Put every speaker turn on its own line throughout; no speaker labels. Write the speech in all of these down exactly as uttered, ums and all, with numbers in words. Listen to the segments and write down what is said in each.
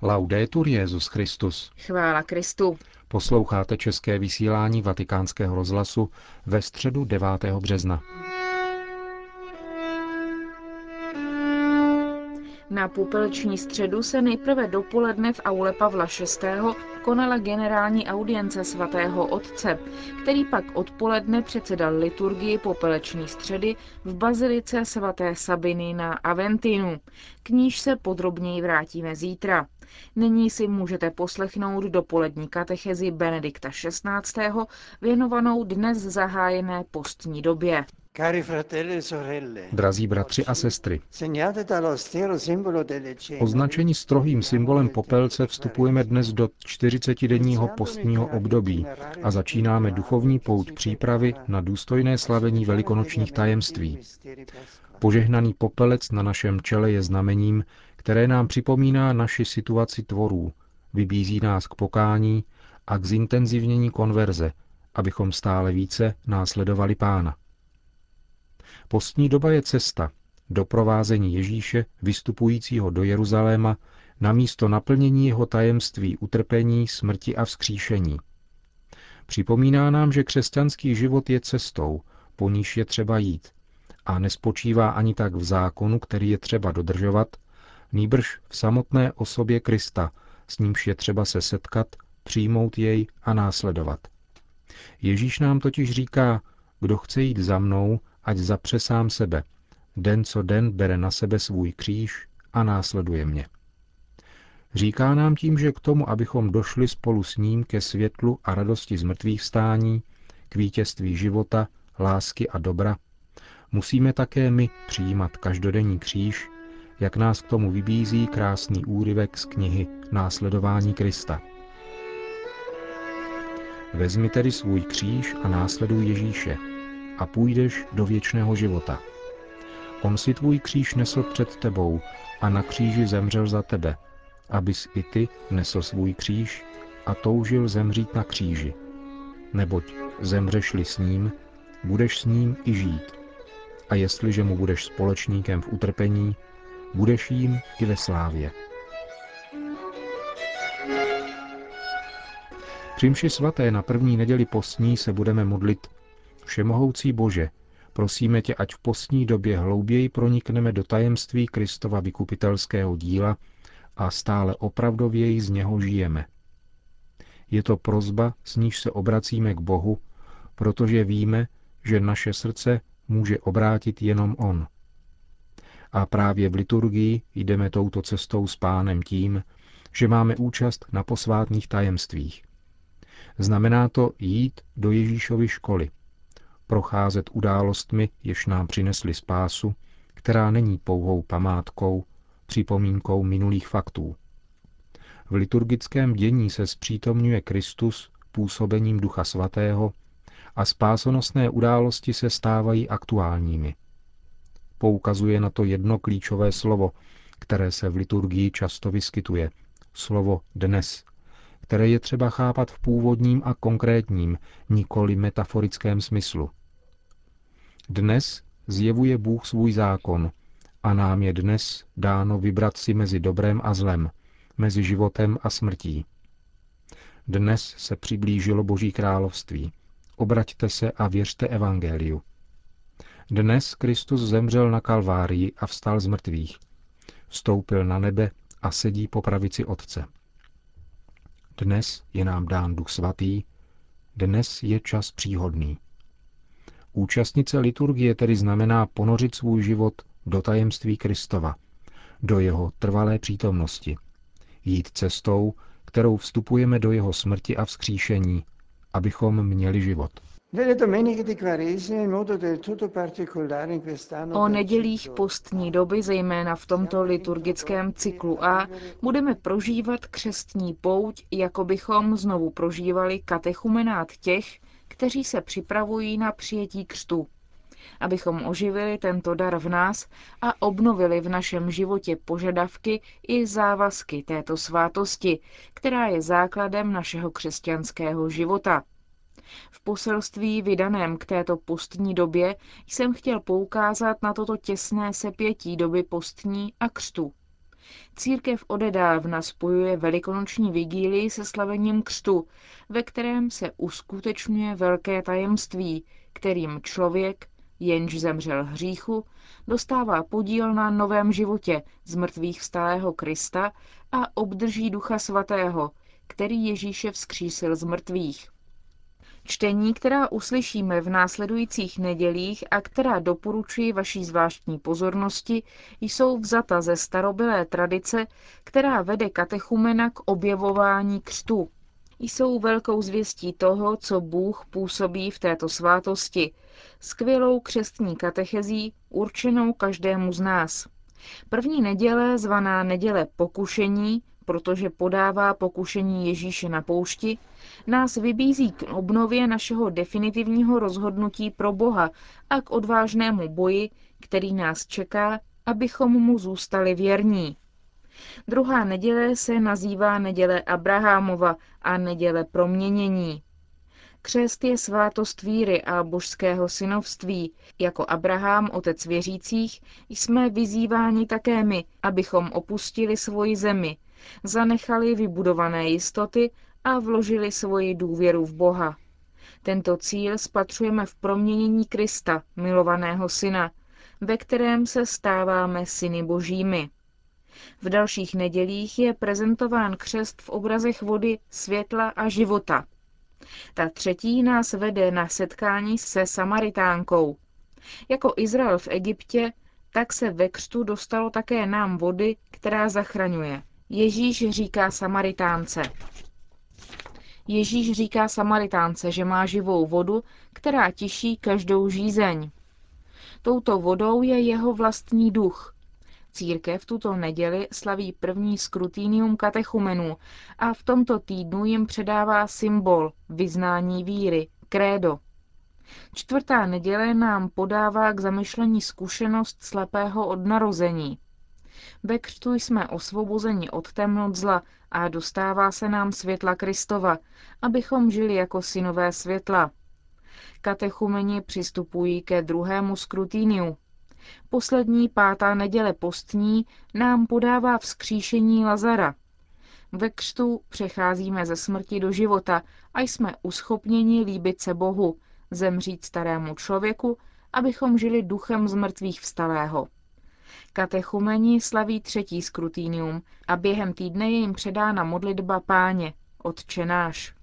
Laudetur Jesus Christus.
Chvála Kristu.
Posloucháte české vysílání Vatikánského rozhlasu ve středu devátého března.
Na Popeleční středu se nejprve dopoledne v aule Pavla šestého. konala generální audience svatého otce, který pak odpoledne předsedal liturgii Popeleční středy v bazilice svaté Sabiny na Aventinu. K níž se podrobněji vrátíme zítra. Nyní si můžete poslechnout dopolední katechezi Benedikta šestnáctého. věnovanou dnes zahájené postní době.
Drazí bratři a sestry, označení strohým symbolem popelce vstupujeme dnes do čtyřicetidenního postního období a začínáme duchovní pouť přípravy na důstojné slavení velikonočních tajemství. Požehnaný popelec na našem čele je znamením, které nám připomíná naši situaci tvorů, vybízí nás k pokání a k zintenzivnění konverze, abychom stále více následovali Pána. Postní doba je cesta, doprovázení Ježíše vystupujícího do Jeruzaléma na místo naplnění jeho tajemství utrpení, smrti a vzkříšení. Připomíná nám, že křesťanský život je cestou, po níž je třeba jít, a nespočívá ani tak v zákonu, který je třeba dodržovat, nýbrž v samotné osobě Krista, s nímž je třeba se setkat, přijmout jej a následovat. Ježíš nám totiž říká, kdo chce jít za mnou, ať zapře sám sebe, den co den bere na sebe svůj kříž a následuje mě. Říká nám tím, že k tomu, abychom došli spolu s ním ke světlu a radosti zmrtvých vstání, k vítězství života, lásky a dobra, musíme také my přijímat každodenní kříž, jak nás k tomu vybízí krásný úryvek z knihy Následování Krista. Vezmi tedy svůj kříž a následuj Ježíše a půjdeš do věčného života. On si tvůj kříž nesl před tebou a na kříži zemřel za tebe, abys i ty nesl svůj kříž a toužil zemřít na kříži. Neboť zemřeš-li s ním, budeš s ním i žít. A jestliže mu budeš společníkem v utrpení, budeš jím i ve slávě. Při mši svaté na první neděli postní se budeme modlit: Všemohoucí Bože, prosíme tě, ať v postní době hlouběji pronikneme do tajemství Kristova vykupitelského díla a stále opravdověji z něho žijeme. Je to prosba, s níž se obracíme k Bohu, protože víme, že naše srdce může obrátit jenom On. A právě v liturgii jdeme touto cestou s Pánem tím, že máme účast na posvátných tajemstvích. Znamená to jít do Ježíšovy školy, procházet událostmi, jež nám přinesly spásu, která není pouhou památkou, připomínkou minulých faktů. V liturgickém dění se zpřítomňuje Kristus působením Ducha Svatého a spásonosné události se stávají aktuálními. Poukazuje na to jedno klíčové slovo, které se v liturgii často vyskytuje, slovo dnes, které je třeba chápat v původním a konkrétním, nikoli metaforickém smyslu. Dnes zjevuje Bůh svůj zákon a nám je dnes dáno vybrat si mezi dobrem a zlem, mezi životem a smrtí. Dnes se přiblížilo Boží království. Obraťte se a věřte evangeliu. Dnes Kristus zemřel na Kalvárii a vstal z mrtvých. Vstoupil na nebe a sedí po pravici Otce. Dnes je nám dán Duch Svatý, dnes je čas příhodný. Účastnice liturgie tedy znamená ponořit svůj život do tajemství Kristova, do jeho trvalé přítomnosti, jít cestou, kterou vstupujeme do jeho smrti a vzkříšení, abychom měli život.
O nedělích postní doby, zejména v tomto liturgickém cyklu A, budeme prožívat křestní pouť, jako bychom znovu prožívali katechumenát těch, kteří se připravují na přijetí křtu. Abychom oživili tento dar v nás a obnovili v našem životě požadavky i závazky této svátosti, která je základem našeho křesťanského života. V poselství vydaném k této postní době jsem chtěl poukázat na toto těsné sepětí doby postní a křtu. Církev odedávna spojuje velikonoční vigílii se slavením křtu, ve kterém se uskutečňuje velké tajemství, kterým člověk, jenž zemřel hříchu, dostává podíl na novém životě z mrtvých vstalého Krista a obdrží Ducha Svatého, který Ježíše vzkřísil z mrtvých. Čtení, která uslyšíme v následujících nedělích a která doporučuji vaší zvláštní pozornosti, jsou vzata ze starobylé tradice, která vede katechumena k objevování křtu. Jsou velkou zvěstí toho, co Bůh působí v této svátosti, skvělou křestní katechezí určenou každému z nás. První neděle, zvaná neděle pokušení, protože podává pokušení Ježíše na poušti, nás vybízí k obnově našeho definitivního rozhodnutí pro Boha a k odvážnému boji, který nás čeká, abychom mu zůstali věrní. Druhá neděle se nazývá neděle Abrahamova a neděle proměnění. Křest je svátost víry a božského synovství. Jako Abraham, otec věřících, jsme vyzýváni také my, abychom opustili svoji zemi, zanechali vybudované jistoty a vložili svoji důvěru v Boha. Tento cíl spatřujeme v proměnění Krista, milovaného syna, ve kterém se stáváme syny božími. V dalších nedělích je prezentován křest v obrazech vody, světla a života. Ta třetí nás vede na setkání se Samaritánkou. Jako Izrael v Egyptě, tak se ve křtu dostalo také nám vody, která zachraňuje. Ježíš říká Samaritánce. Ježíš říká Samaritánce, že má živou vodu, která tiší každou žízeň. Touto vodou je jeho vlastní duch. Církev tuto neděli slaví první skrutínium katechumenů a v tomto týdnu jim předává symbol vyznání víry, krédo. Čtvrtá neděle nám podává k zamyšlení zkušenost slepého od narození. Ve křtu jsme osvobozeni od temnot zla a dostává se nám světla Kristova, abychom žili jako synové světla. Katechumeni přistupují ke druhému skrutíniu. Poslední pátá neděle postní nám podává vzkříšení Lazara. Ve křtu přecházíme ze smrti do života a jsme uschopněni líbit se Bohu, zemřít starému člověku, abychom žili duchem z mrtvých vstalého. Katechumeni slaví třetí skrutínium a během týdne je jim předána modlitba Páně, Otče náš.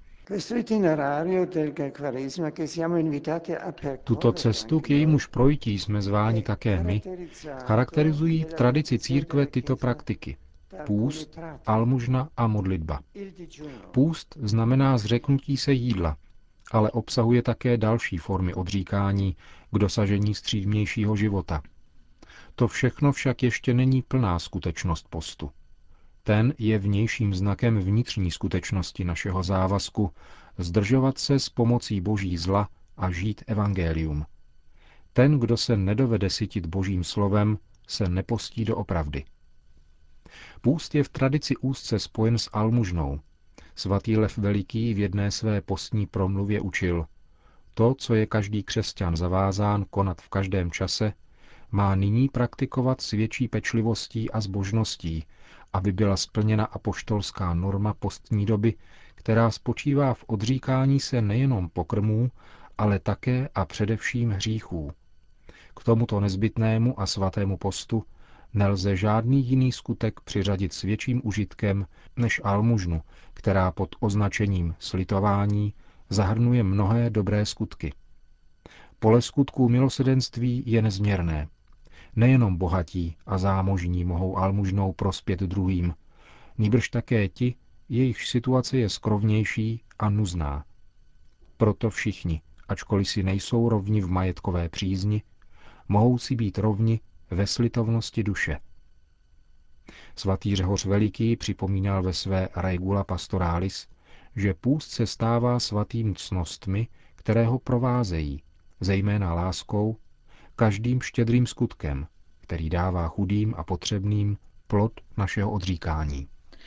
Tuto cestu k jejímuž projití jsme zváni také my, charakterizují v tradici církve tyto praktiky. Půst, almužna a modlitba. Půst znamená zřeknutí se jídla, ale obsahuje také další formy odříkání k dosažení střídmějšího života. To všechno však ještě není plná skutečnost postu. Ten je vnějším znakem vnitřní skutečnosti našeho závazku zdržovat se s pomocí boží zla a žít evangelium. Ten, kdo se nedovede sytit božím slovem, se nepostí doopravdy. Půst je v tradici úzce spojen s almužnou. Svatý Lev Veliký v jedné své postní promluvě učil: to, co je každý křesťan zavázán konat v každém čase, má nyní praktikovat s větší pečlivostí a zbožností, aby byla splněna apoštolská norma postní doby, která spočívá v odříkání se nejenom pokrmů, ale také a především hříchů. K tomuto nezbytnému a svatému postu nelze žádný jiný skutek přiřadit s větším užitkem než almužnu, která pod označením slitování zahrnuje mnohé dobré skutky. Pole skutků milosedenství je nezměrné. Nejenom bohatí a zámožní mohou almužnou prospět druhým, nýbrž také ti, jejichž situace je skrovnější a nuzná. Proto všichni, ačkoliv si nejsou rovni v majetkové přízni, mohou si být rovni ve slitovnosti duše. Svatý Řehoř Veliký připomínal ve své Regula Pastoralis, že půst se stává svatým cnostmi, které ho provázejí, zejména láskou, každým štědrým skutkem, který dává chudým a potřebným plod našeho odříkání.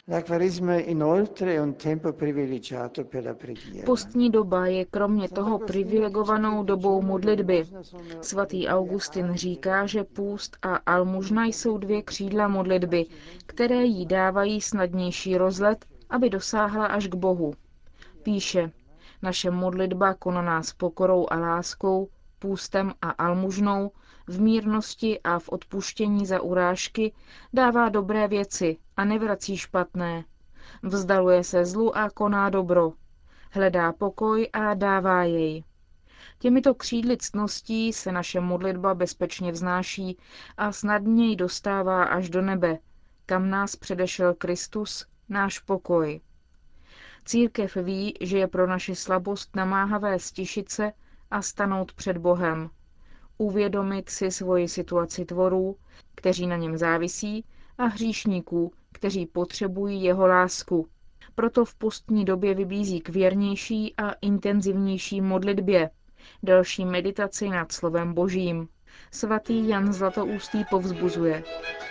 Postní doba je kromě toho privilegovanou dobou modlitby. Svatý Augustin říká, že půst a almužna jsou dvě křídla modlitby, které jí dávají snadnější rozlet, aby dosáhla až k Bohu. Píše, naše modlitba konaná s pokorou a láskou, půstem a almužnou, v mírnosti a v odpuštění za urážky dává dobré věci a nevrací špatné. Vzdaluje se zlu a koná dobro. Hledá pokoj a dává jej. Těmito křídly ctností se naše modlitba bezpečně vznáší a snadněji dostává až do nebe, kam nás předešel Kristus, náš pokoj. Církev ví, že je pro naši slabost namáhavé stišit se a stanout před Bohem, uvědomit si svoji situaci tvorů, kteří na něm závisí, a hříšníků, kteří potřebují jeho lásku. Proto v postní době vybízí k věrnější a intenzivnější modlitbě, delší meditaci nad slovem Božím. Svatý Jan Zlatoustý povzbuzuje.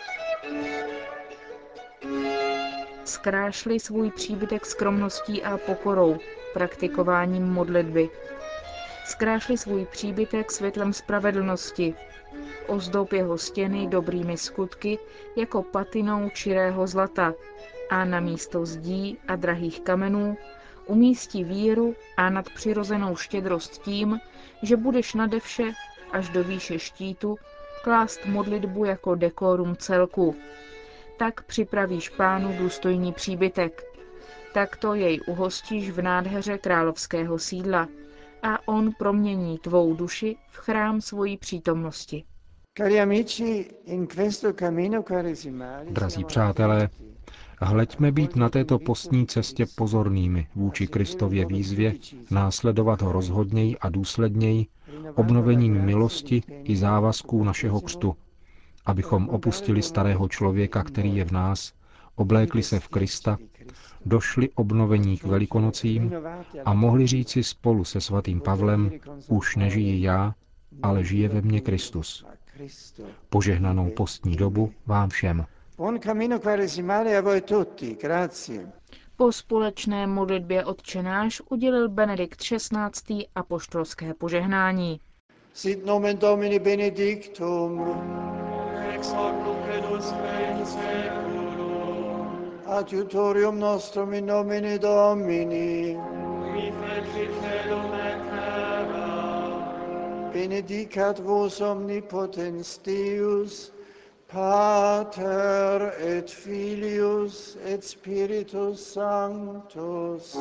Zkrášli svůj příbytek skromností a pokorou, praktikováním modlitby. Zkrášli svůj příbytek světlem spravedlnosti. Ozdob jeho stěny dobrými skutky jako patinou čirého zlata a na místo zdí a drahých kamenů umístí víru a nadpřirozenou štědrost tím, že budeš nade vše, až do výše štítu, klást modlitbu jako dekorum celku. Tak připravíš Pánu důstojný příbytek. Takto jej uhostíš v nádheře královského sídla a on promění tvou duši v chrám svojí přítomnosti.
Drazí přátelé, hleďme být na této postní cestě pozornými vůči Kristově výzvě následovat ho rozhodněji a důsledněji obnovením milosti i závazků našeho křtu, abychom opustili starého člověka, který je v nás, oblékli se v Krista, došli obnovení k Velikonocím a mohli říci spolu se svatým Pavlem, už nežiji já, ale žije ve mně Kristus. Požehnanou postní dobu vám všem.
Po společné modlitbě Otčenáš udělil Benedikt šestnáctý apoštolské požehnání.
Sit nomen Domini benedictum,
ex hoc nunc et usque in seculum,
adiutorium nostrum in nomine Domini,
qui fecit caelum et terra,
benedicat vos omnipotens Deus, Pater et Filius et Spiritus Sanctus.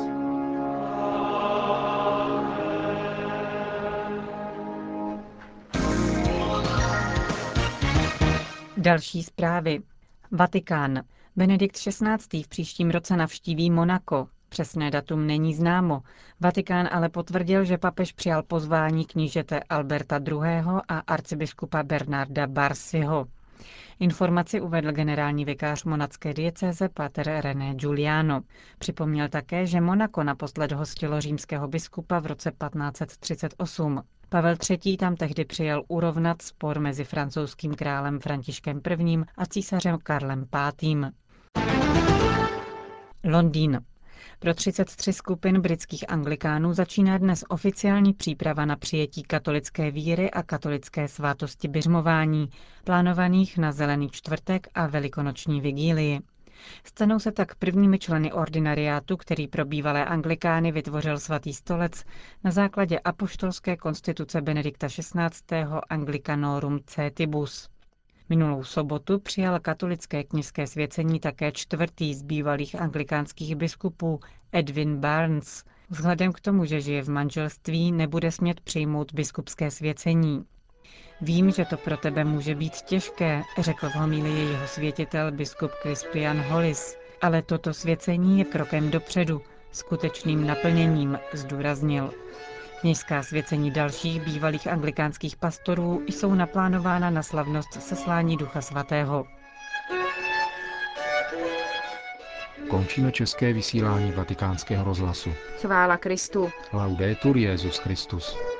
Další zprávy. Vatikán. Benedikt šestnáctý v příštím roce navštíví Monako. Přesné datum není známo. Vatikán ale potvrdil, že papež přijal pozvání knížete Alberta druhého. a arcibiskupa Bernarda Barsiho. Informaci uvedl generální vikář monacké diecéze pater René Giuliano. Připomněl také, že Monako naposled hostilo římského biskupa v roce patnáct set třicet osm. Pavel třetí. tam tehdy přijel urovnat spor mezi francouzským králem Františkem prvním. a císařem Karlem pátým. Londýn. Pro třicet tři skupin britských anglikánů začíná dnes oficiální příprava na přijetí katolické víry a katolické svátosti biřmování, plánovaných na Zelený čtvrtek a velikonoční vigílii. Stanou se tak prvními členy ordinariátu, který pro bývalé anglikány vytvořil svatý stolec na základě apoštolské konstituce Benedikta šestnáctého. Anglicanorum Cetibus. Minulou sobotu přijal katolické kněžské svěcení také čtvrtý z bývalých anglikánských biskupů, Edwin Barnes. Vzhledem k tomu, že žije v manželství, nebude smět přijmout biskupské svěcení. Vím, že to pro tebe může být těžké, řekl v homílii jeho světitel biskup Crispian Hollis, ale toto svěcení je krokem dopředu, skutečným naplněním, zdůraznil. Kněžská svěcení dalších bývalých anglikánských pastorů jsou naplánována na slavnost seslání Ducha Svatého.
Končíme české vysílání Vatikánského rozhlasu.
Chvála Kristu.
Laudetur Jesus Christus.